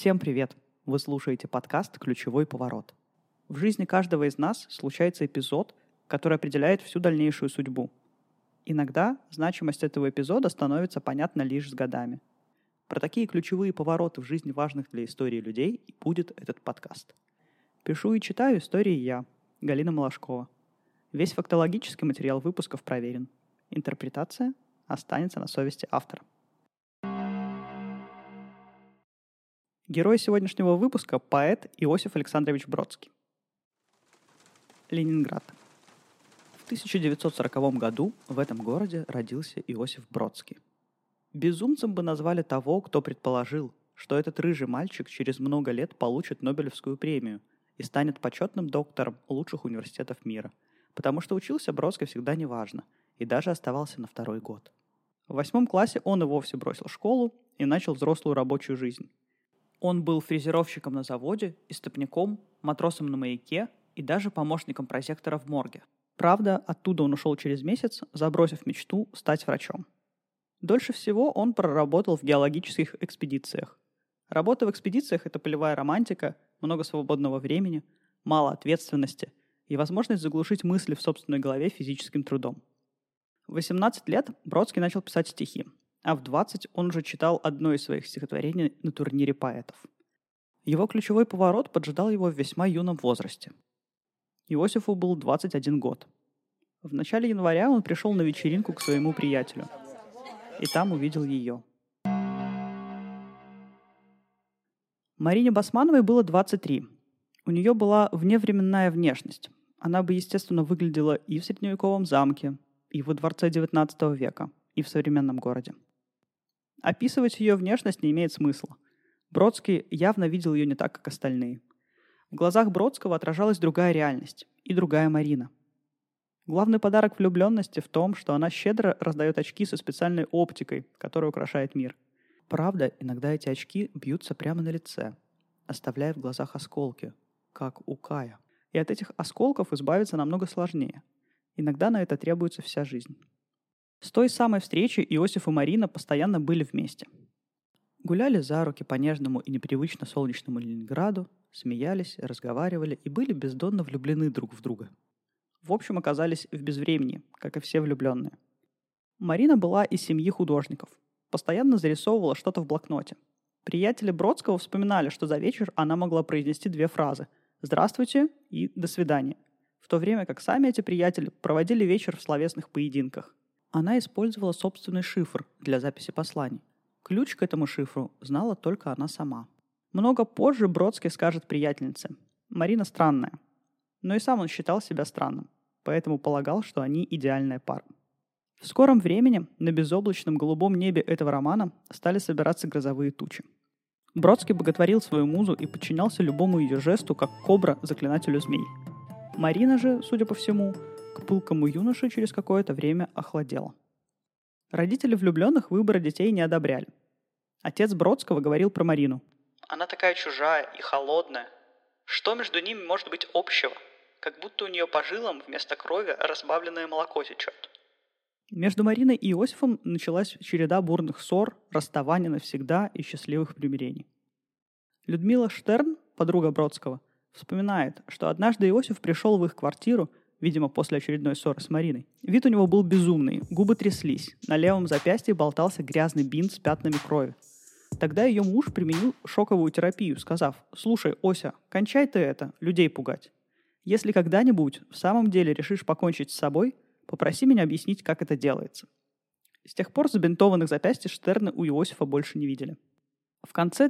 Всем привет! Вы слушаете подкаст «Ключевой поворот». В жизни каждого из нас случается эпизод, который определяет всю дальнейшую судьбу. Иногда значимость этого эпизода становится понятна лишь с годами. Про такие ключевые повороты в жизни важных для истории людей и будет этот подкаст. Пишу и читаю истории я, Галина Малашкова. Весь фактологический материал выпусков проверен. Интерпретация останется на совести автора. Герой сегодняшнего выпуска – поэт Иосиф Александрович Бродский. Ленинград. В 1940 году в этом городе родился Иосиф Бродский. Безумцем бы назвали того, кто предположил, что этот рыжий мальчик через много лет получит Нобелевскую премию и станет почетным доктором лучших университетов мира, потому что учился Бродский всегда неважно и даже оставался на второй год. В 8 классе он и вовсе бросил школу и начал взрослую рабочую жизнь. Он был фрезеровщиком на заводе, истопником, матросом на маяке и даже помощником прозектора в морге. Правда, оттуда он ушел через месяц, забросив мечту стать врачом. Дольше всего он проработал в геологических экспедициях. Работа в экспедициях – это полевая романтика, много свободного времени, мало ответственности и возможность заглушить мысли в собственной голове физическим трудом. В 18 лет Бродский начал писать стихи, а в 20 он уже читал одно из своих стихотворений на турнире поэтов. Его ключевой поворот поджидал его в весьма юном возрасте. Иосифу был 21 год. В начале января он пришел на вечеринку к своему приятелю, и там увидел ее. Марине Басмановой было 23. У нее была вневременная внешность. Она бы, естественно, выглядела и в средневековом замке, и во дворце XIX века, и в современном городе. Описывать ее внешность не имеет смысла. Бродский явно видел ее не так, как остальные. В глазах Бродского отражалась другая реальность и другая Марина. Главный подарок влюбленности в том, что она щедро раздает очки со специальной оптикой, которая украшает мир. Правда, иногда эти очки бьются прямо на лице, оставляя в глазах осколки, как у Кая. И от этих осколков избавиться намного сложнее. Иногда на это требуется вся жизнь. С той самой встречи Иосиф и Марина постоянно были вместе. Гуляли за руки по нежному и непривычно солнечному Ленинграду, смеялись, разговаривали и были бездонно влюблены друг в друга. В общем, оказались в безвременье, как и все влюбленные. Марина была из семьи художников. Постоянно зарисовывала что-то в блокноте. Приятели Бродского вспоминали, что за вечер она могла произнести 2 фразы «Здравствуйте» и «До свидания», в то время как сами эти приятели проводили вечер в словесных поединках. Она использовала собственный шифр для записи посланий. Ключ к этому шифру знала только она сама. Много позже Бродский скажет приятельнице: «Марина странная». Но и сам он считал себя странным, поэтому полагал, что они идеальная пара. В скором времени на безоблачном голубом небе этого романа стали собираться грозовые тучи. Бродский боготворил свою музу и подчинялся любому ее жесту, как кобра заклинателю змей. Марина же, судя по всему, к пылкому юноше через какое-то время охладела. Родители влюбленных выбора детей не одобряли. Отец Бродского говорил про Марину: «Она такая чужая и холодная. Что между ними может быть общего? Как будто у нее по жилам вместо крови разбавленное молоко течет». Между Мариной и Иосифом началась череда бурных ссор, расставаний навсегда и счастливых примирений. Людмила Штерн, подруга Бродского, вспоминает, что однажды Иосиф пришел в их квартиру, видимо, после очередной ссоры с Мариной. Вид у него был безумный, губы тряслись, на левом запястье болтался грязный бинт с пятнами крови. Тогда ее муж применил шоковую терапию, сказав: «Слушай, Ося, кончай ты это, людей пугать. Если когда-нибудь в самом деле решишь покончить с собой, попроси меня объяснить, как это делается». С тех пор забинтованных запястья Штерны у Иосифа больше не видели. В конце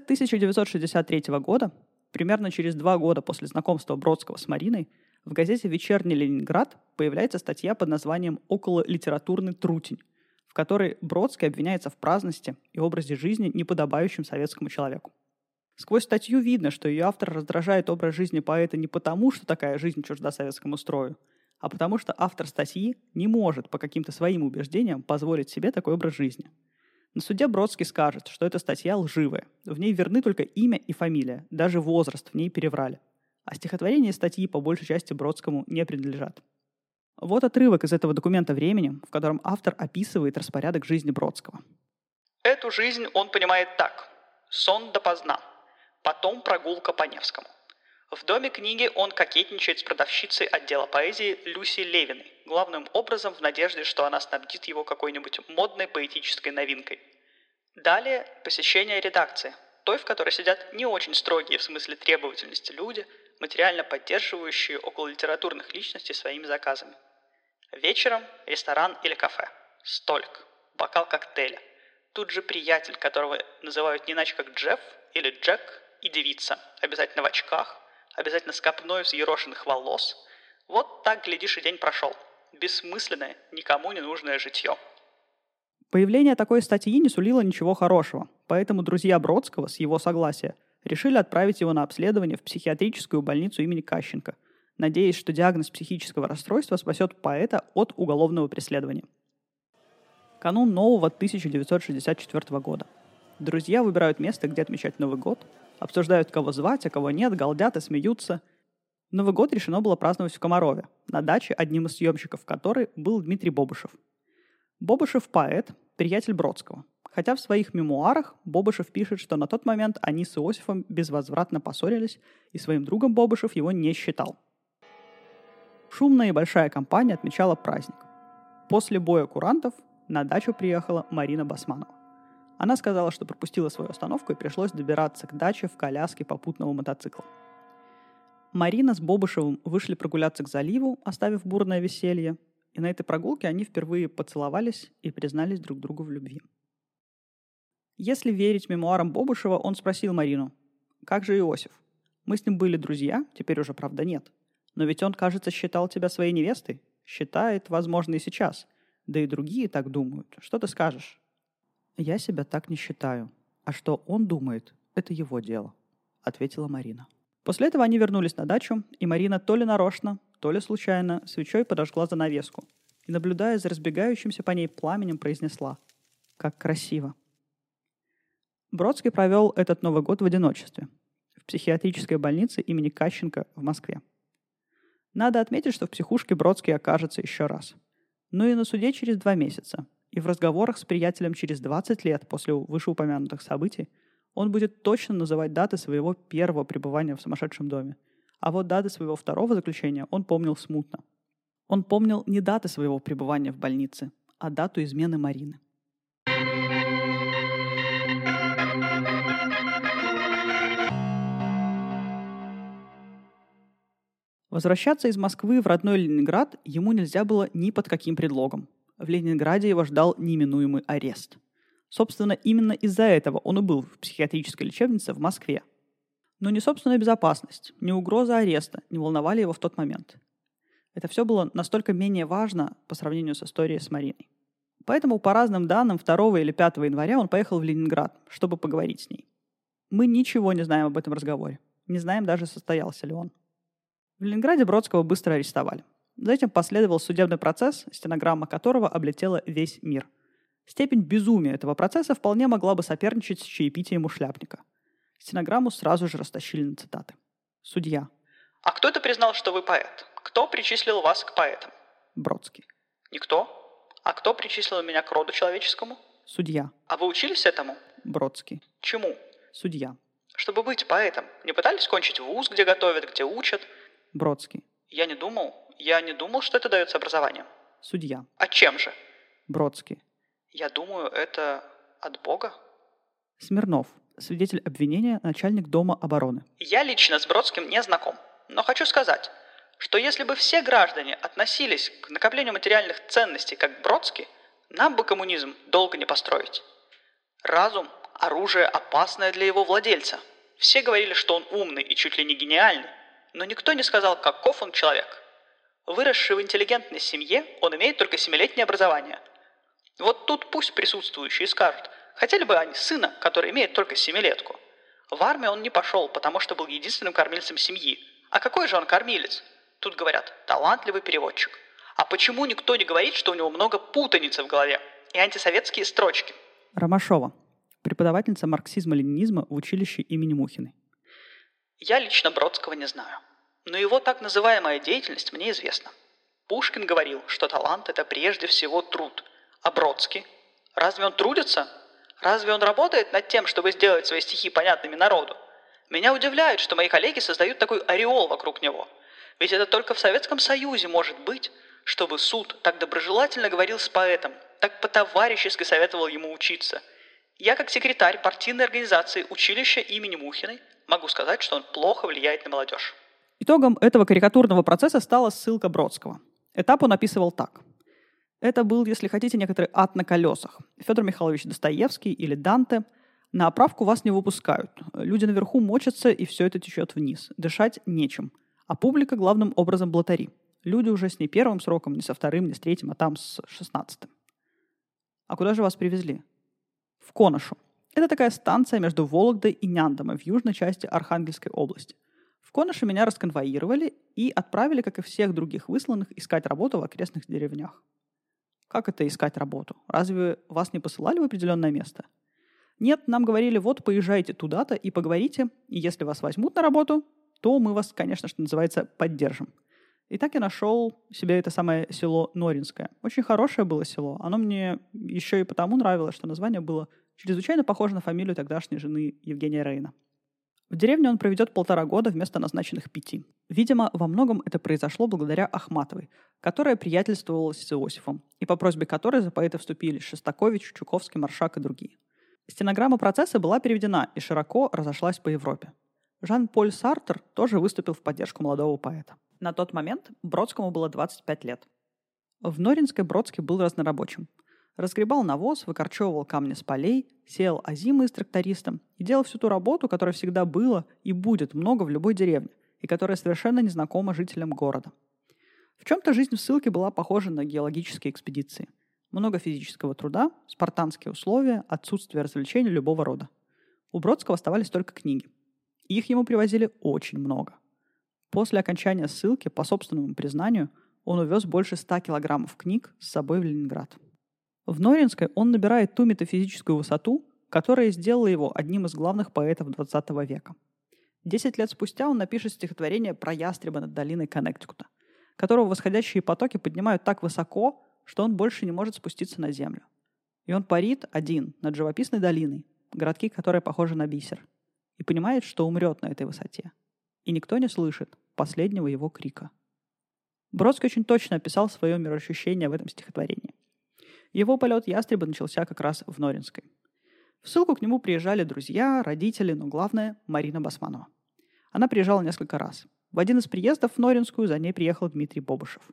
1963 года, примерно через 2 года после знакомства Бродского с Мариной, в газете «Вечерний Ленинград» появляется статья под названием «Окололитературный трутень», в которой Бродский обвиняется в праздности и образе жизни, неподобающем советскому человеку. Сквозь статью видно, что ее автор раздражает образ жизни поэта не потому, что такая жизнь чужда советскому строю, а потому что автор статьи не может по каким-то своим убеждениям позволить себе такой образ жизни. На суде Бродский скажет, что эта статья лживая, в ней верны только имя и фамилия, даже возраст в ней переврали. А стихотворения статьи по большей части Бродскому не принадлежат. Вот отрывок из этого документа времени, в котором автор описывает распорядок жизни Бродского. Эту жизнь он понимает так. Сон допоздна. Потом прогулка по Невскому. В Доме книги он кокетничает с продавщицей отдела поэзии Люси Левиной, главным образом в надежде, что она снабдит его какой-нибудь модной поэтической новинкой. Далее посещение редакции, той, в которой сидят не очень строгие в смысле требовательности люди, материально поддерживающие около литературных личностей своими заказами. Вечером ресторан или кафе, столик, бокал коктейля. Тут же приятель, которого называют не иначе как Джефф или Джек, и девица, обязательно в очках, обязательно с копной взъерошенных волос. Вот так, глядишь, и день прошел. Бессмысленное, никому не нужное житье. Появление такой статьи не сулило ничего хорошего, поэтому друзья Бродского, с его согласия, решили отправить его на обследование в психиатрическую больницу имени Кащенко, надеясь, что диагноз психического расстройства спасет поэта от уголовного преследования. Канун нового 1964 года. Друзья выбирают место, где отмечать Новый год, обсуждают, кого звать, а кого нет, галдят и смеются. Новый год решено было праздновать в Комарове, на даче, одним из съемщиков которой был Дмитрий Бобышев. Бобышев – поэт, приятель Бродского. Хотя в своих мемуарах Бобышев пишет, что на тот момент они с Иосифом безвозвратно поссорились, и своим другом Бобышев его не считал. Шумная и большая компания отмечала праздник. После боя курантов на дачу приехала Марина Басманова. Она сказала, что пропустила свою остановку и пришлось добираться к даче в коляске попутного мотоцикла. Марина с Бобышевым вышли прогуляться к заливу, оставив бурное веселье, и на этой прогулке они впервые поцеловались и признались друг другу в любви. Если верить мемуарам Бобышева, он спросил Марину: «Как же Иосиф? Мы с ним были друзья, теперь уже, правда, нет. Но ведь он, кажется, считал тебя своей невестой. Считает, возможно, и сейчас. Да и другие так думают. Что ты скажешь?» «Я себя так не считаю. А что он думает, это его дело», — ответила Марина. После этого они вернулись на дачу, и Марина то ли нарочно, то ли случайно свечой подожгла занавеску и, наблюдая за разбегающимся по ней пламенем, произнесла: «Как красиво». Бродский провел этот Новый год в одиночестве, в психиатрической больнице имени Кащенко в Москве. Надо отметить, что в психушке Бродский окажется еще раз. Но и на суде через 2 месяца, и в разговорах с приятелем через 20 лет после вышеупомянутых событий он будет точно называть даты своего первого пребывания в сумасшедшем доме. А вот даты своего второго заключения он помнил смутно. Он помнил не даты своего пребывания в больнице, а дату измены Марины. Возвращаться из Москвы в родной Ленинград ему нельзя было ни под каким предлогом. В Ленинграде его ждал неминуемый арест. Собственно, именно из-за этого он и был в психиатрической лечебнице в Москве. Но ни собственная безопасность, ни угроза ареста не волновали его в тот момент. Это все было настолько менее важно по сравнению с историей с Мариной. Поэтому, по разным данным, 2 или 5 января он поехал в Ленинград, чтобы поговорить с ней. Мы ничего не знаем об этом разговоре. Не знаем даже, состоялся ли он. В Ленинграде Бродского быстро арестовали. Затем последовал судебный процесс, стенограмма которого облетела весь мир. Степень безумия этого процесса вполне могла бы соперничать с чаепитием у Шляпника. Стенограмму сразу же растащили на цитаты. Судья: «А кто это признал, что вы поэт? Кто причислил вас к поэтам?» Бродский: «Никто. А кто причислил меня к роду человеческому?» Судья: «А вы учились этому?» Бродский: «Чему?» Судья: «Чтобы быть поэтом. Не пытались кончить вуз, где готовят, где учат?» Бродский: Я не думал, что это дается образованием». Судья: «А чем же?» Бродский: «Я думаю, это от Бога». Смирнов, свидетель обвинения, начальник Дома обороны: «Я лично с Бродским не знаком, но хочу сказать, что если бы все граждане относились к накоплению материальных ценностей как Бродский, нам бы коммунизм долго не построить. Разум – оружие, опасное для его владельца. Все говорили, что он умный и чуть ли не гениальный, но никто не сказал, каков он человек. Выросший в интеллигентной семье, он имеет только 7-летнее образование. Вот тут пусть присутствующие скажут, хотели бы они сына, который имеет только 7-летку. В армию он не пошел, потому что был единственным кормильцем семьи. А какой же он кормилец? Тут говорят, талантливый переводчик. А почему никто не говорит, что у него много путаницы в голове и антисоветские строчки?» Ромашова, преподавательница марксизма-ленинизма в училище имени Мухиной: «Я лично Бродского не знаю, но его так называемая деятельность мне известна. Пушкин говорил, что талант – это прежде всего труд. А Бродский? Разве он трудится? Разве он работает над тем, чтобы сделать свои стихи понятными народу? Меня удивляет, что мои коллеги создают такой ореол вокруг него. Ведь это только в Советском Союзе может быть, чтобы суд так доброжелательно говорил с поэтом, так по-товарищески советовал ему учиться. Я, как секретарь партийной организации училища имени Мухиной, могу сказать, что он плохо влияет на молодежь. Итогом этого карикатурного процесса стала ссылка Бродского. Этап он описывал так. Это был, если хотите, некоторый ад на колесах. Федор Михайлович Достоевский или Данте. На оправку вас не выпускают. Люди наверху мочатся, и все это течет вниз. Дышать нечем. А публика главным образом блатари. Люди уже с не первым сроком, не со вторым, не с третьим, а там с 16-м. А куда же вас привезли? В Коношу. Это такая станция между Вологдой и Няндомой в южной части Архангельской области. В Коноше меня расконвоировали и отправили, как и всех других высланных, искать работу в окрестных деревнях. Как это искать работу? Разве вас не посылали в определенное место? Нет, нам говорили, вот поезжайте туда-то и поговорите, и если вас возьмут на работу, то мы вас, конечно, что называется, поддержим. И так я нашел себе это самое село Норинское. Очень хорошее было село. Оно мне еще и потому нравилось, что название было чрезвычайно похоже на фамилию тогдашней жены Евгения Рейна. В деревне он проведет 1,5 года вместо назначенных 5. Видимо, во многом это произошло благодаря Ахматовой, которая приятельствовала с Иосифом, и по просьбе которой за поэта вступили Шостакович, Чуковский, Маршак и другие. Стенограмма процесса была переведена и широко разошлась по Европе. Жан-Поль Сартр тоже выступил в поддержку молодого поэта. На тот момент Бродскому было 25 лет. В Норинской Бродский был разнорабочим. Разгребал навоз, выкорчевывал камни с полей, сеял озимы с трактористом и делал всю ту работу, которая всегда было и будет много в любой деревне, и которая совершенно незнакома жителям города. В чем-то жизнь в ссылке была похожа на геологические экспедиции. Много физического труда, спартанские условия, отсутствие развлечений любого рода. У Бродского оставались только книги. Их ему привозили очень много. После окончания ссылки, по собственному признанию, он увез больше 100 килограммов книг с собой в Ленинград. В Норинской он набирает ту метафизическую высоту, которая сделала его одним из главных поэтов XX века. 10 лет спустя он напишет стихотворение про ястреба над долиной Коннектикута, которого восходящие потоки поднимают так высоко, что он больше не может спуститься на землю. И он парит один над живописной долиной, городки которой похожи на бисер, и понимает, что умрет на этой высоте. И никто не слышит последнего его крика. Бродский очень точно описал свое мироощущение в этом стихотворении. Его полет ястреба начался как раз в Норинской. В ссылку к нему приезжали друзья, родители, но главное – Марина Басманова. Она приезжала несколько раз. В один из приездов в Норинскую за ней приехал Дмитрий Бобышев.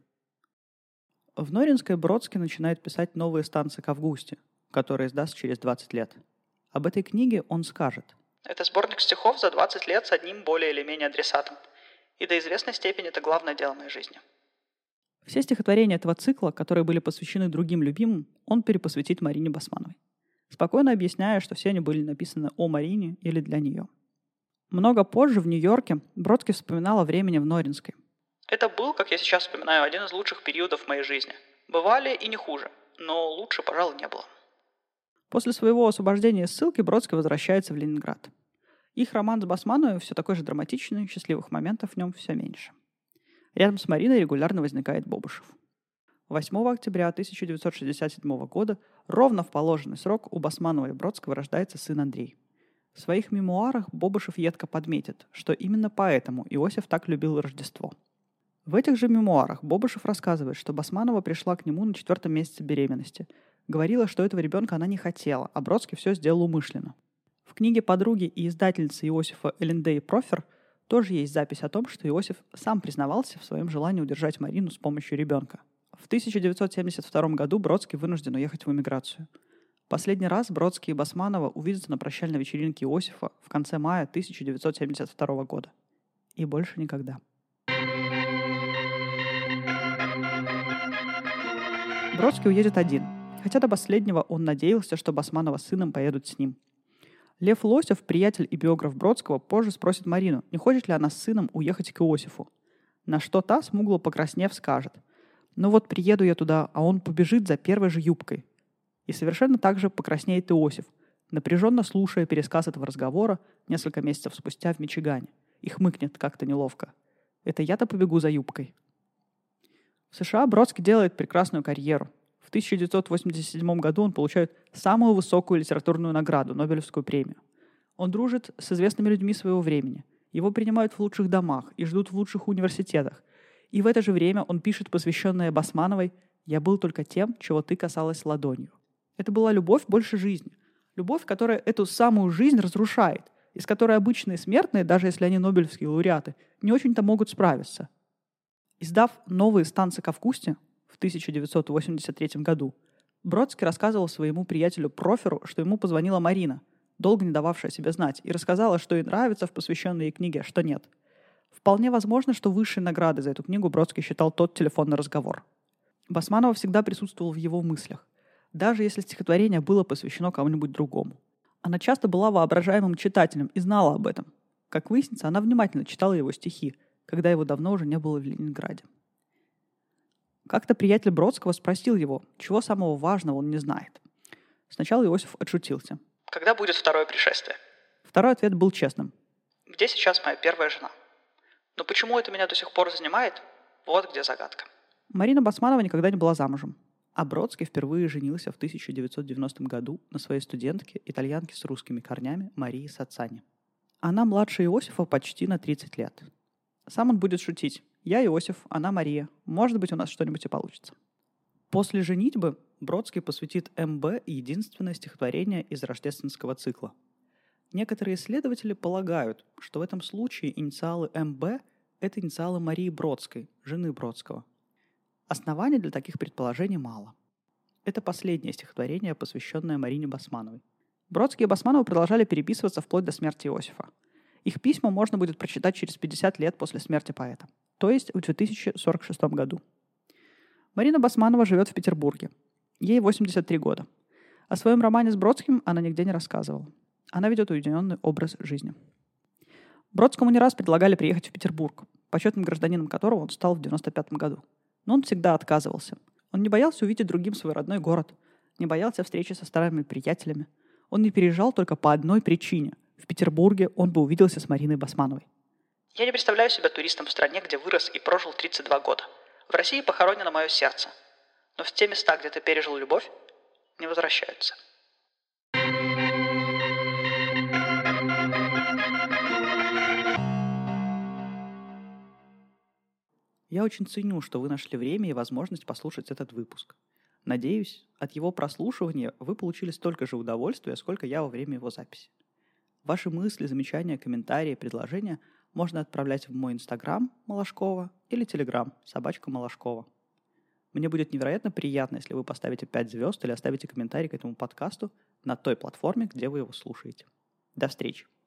В Норинской Бродский начинает писать новые станции к Августе, которые издаст через 20 лет. Об этой книге он скажет. Это сборник стихов за 20 лет с одним более или менее адресатом. И до известной степени это главное дело моей жизни. Все стихотворения этого цикла, которые были посвящены другим любимым, он перепосвятит Марине Басмановой, спокойно объясняя, что все они были написаны о Марине или для нее. Много позже в Нью-Йорке Бродский вспоминал о времени в Норинской. Это был, как я сейчас вспоминаю, один из лучших периодов в моей жизни. Бывали и не хуже, но лучше, пожалуй, не было. После своего освобождения из ссылки Бродский возвращается в Ленинград. Их роман с Басмановой все такой же драматичный, счастливых моментов в нем все меньше. Рядом с Мариной регулярно возникает Бобышев. 8 октября 1967 года, ровно в положенный срок, у Басманова и Бродского рождается сын Андрей. В своих мемуарах Бобышев едко подметит, что именно поэтому Иосиф так любил Рождество. В этих же мемуарах Бобышев рассказывает, что Басманова пришла к нему на 4-м месяце беременности. Говорила, что этого ребенка она не хотела, а Бродский все сделал умышленно. В книге подруги и издательницы Иосифа Элендей Профер тоже есть запись о том, что Иосиф сам признавался в своем желании удержать Марину с помощью ребенка. В 1972 году Бродский вынужден уехать в эмиграцию. Последний раз Бродский и Басманова увидятся на прощальной вечеринке Иосифа в конце мая 1972 года. И больше никогда. Бродский уедет один, хотя до последнего он надеялся, что Басманова с сыном поедут с ним. Лев Лосев, приятель и биограф Бродского, позже спросит Марину, не хочет ли она с сыном уехать к Иосифу. На что та, смугло покраснев, скажет: «Ну вот приеду я туда, а он побежит за первой же юбкой». И совершенно так же покраснеет Иосиф, напряженно слушая пересказ этого разговора несколько месяцев спустя в Мичигане, и хмыкнет как-то неловко. «Это я-то побегу за юбкой». В США Бродский делает прекрасную карьеру. В 1987 году он получает самую высокую литературную награду – Нобелевскую премию. Он дружит с известными людьми своего времени. Его принимают в лучших домах и ждут в лучших университетах. И в это же время он пишет посвященное Басмановой «Я был только тем, чего ты касалась ладонью». Это была любовь больше жизни. Любовь, которая эту самую жизнь разрушает, и с которой обычные смертные, даже если они нобелевские лауреаты, не очень-то могут справиться. Издав новые станции Кавкусти в 1983 году, Бродский рассказывал своему приятелю Проферу, что ему позвонила Марина, долго не дававшая о себе знать, и рассказала, что ей нравится в посвященной ей книге, а что нет. Вполне возможно, что высшей наградой за эту книгу Бродский считал тот телефонный разговор. Басманова всегда присутствовал в его мыслях, даже если стихотворение было посвящено кому-нибудь другому. Она часто была воображаемым читателем и знала об этом. Как выяснится, она внимательно читала его стихи, когда его давно уже не было в Ленинграде. Как-то приятель Бродского спросил его, чего самого важного он не знает. Сначала Иосиф отшутился. «Когда будет второе пришествие?» Второй ответ был честным. «Где сейчас моя первая жена? Но почему это меня до сих пор занимает? Вот где загадка». Марина Басманова никогда не была замужем, а Бродский впервые женился в 1990 году на своей студентке, итальянке с русскими корнями Марии Сацани. Она младше Иосифа почти на 30 лет. Сам он будет шутить. «Я Иосиф, она Мария. Может быть, у нас что-нибудь и получится». После женитьбы Бродский посвятит МБ единственное стихотворение из рождественского цикла. Некоторые исследователи полагают, что в этом случае инициалы МБ – это инициалы Марии Бродской, жены Бродского. Оснований для таких предположений мало. Это последнее стихотворение, посвященное Марине Басмановой. Бродский и Басманова продолжали переписываться вплоть до смерти Иосифа. Их письма можно будет прочитать через 50 лет после смерти поэта, то есть в 2046 году. Марина Басманова живет в Петербурге. Ей 83 года. О своем романе с Бродским она нигде не рассказывала. Она ведет уединенный образ жизни. Бродскому не раз предлагали приехать в Петербург, почетным гражданином которого он стал в 1995 году. Но он всегда отказывался. Он не боялся увидеть другим свой родной город, не боялся встречи со старыми приятелями. Он не переезжал только по одной причине. В Петербурге он бы увиделся с Мариной Басмановой. «Я не представляю себя туристом в стране, где вырос и прожил 32 года. В России похоронено мое сердце. Но в те места, где ты пережил любовь, не возвращаются». Я очень ценю, что вы нашли время и возможность послушать этот выпуск. Надеюсь, от его прослушивания вы получили столько же удовольствия, сколько я во время его записи. Ваши мысли, замечания, комментарии, предложения можно отправлять в мой инстаграм Малашкова или телеграм @Малашкова. Мне будет невероятно приятно, если вы поставите 5 звезд или оставите комментарий к этому подкасту на той платформе, где вы его слушаете. До встречи!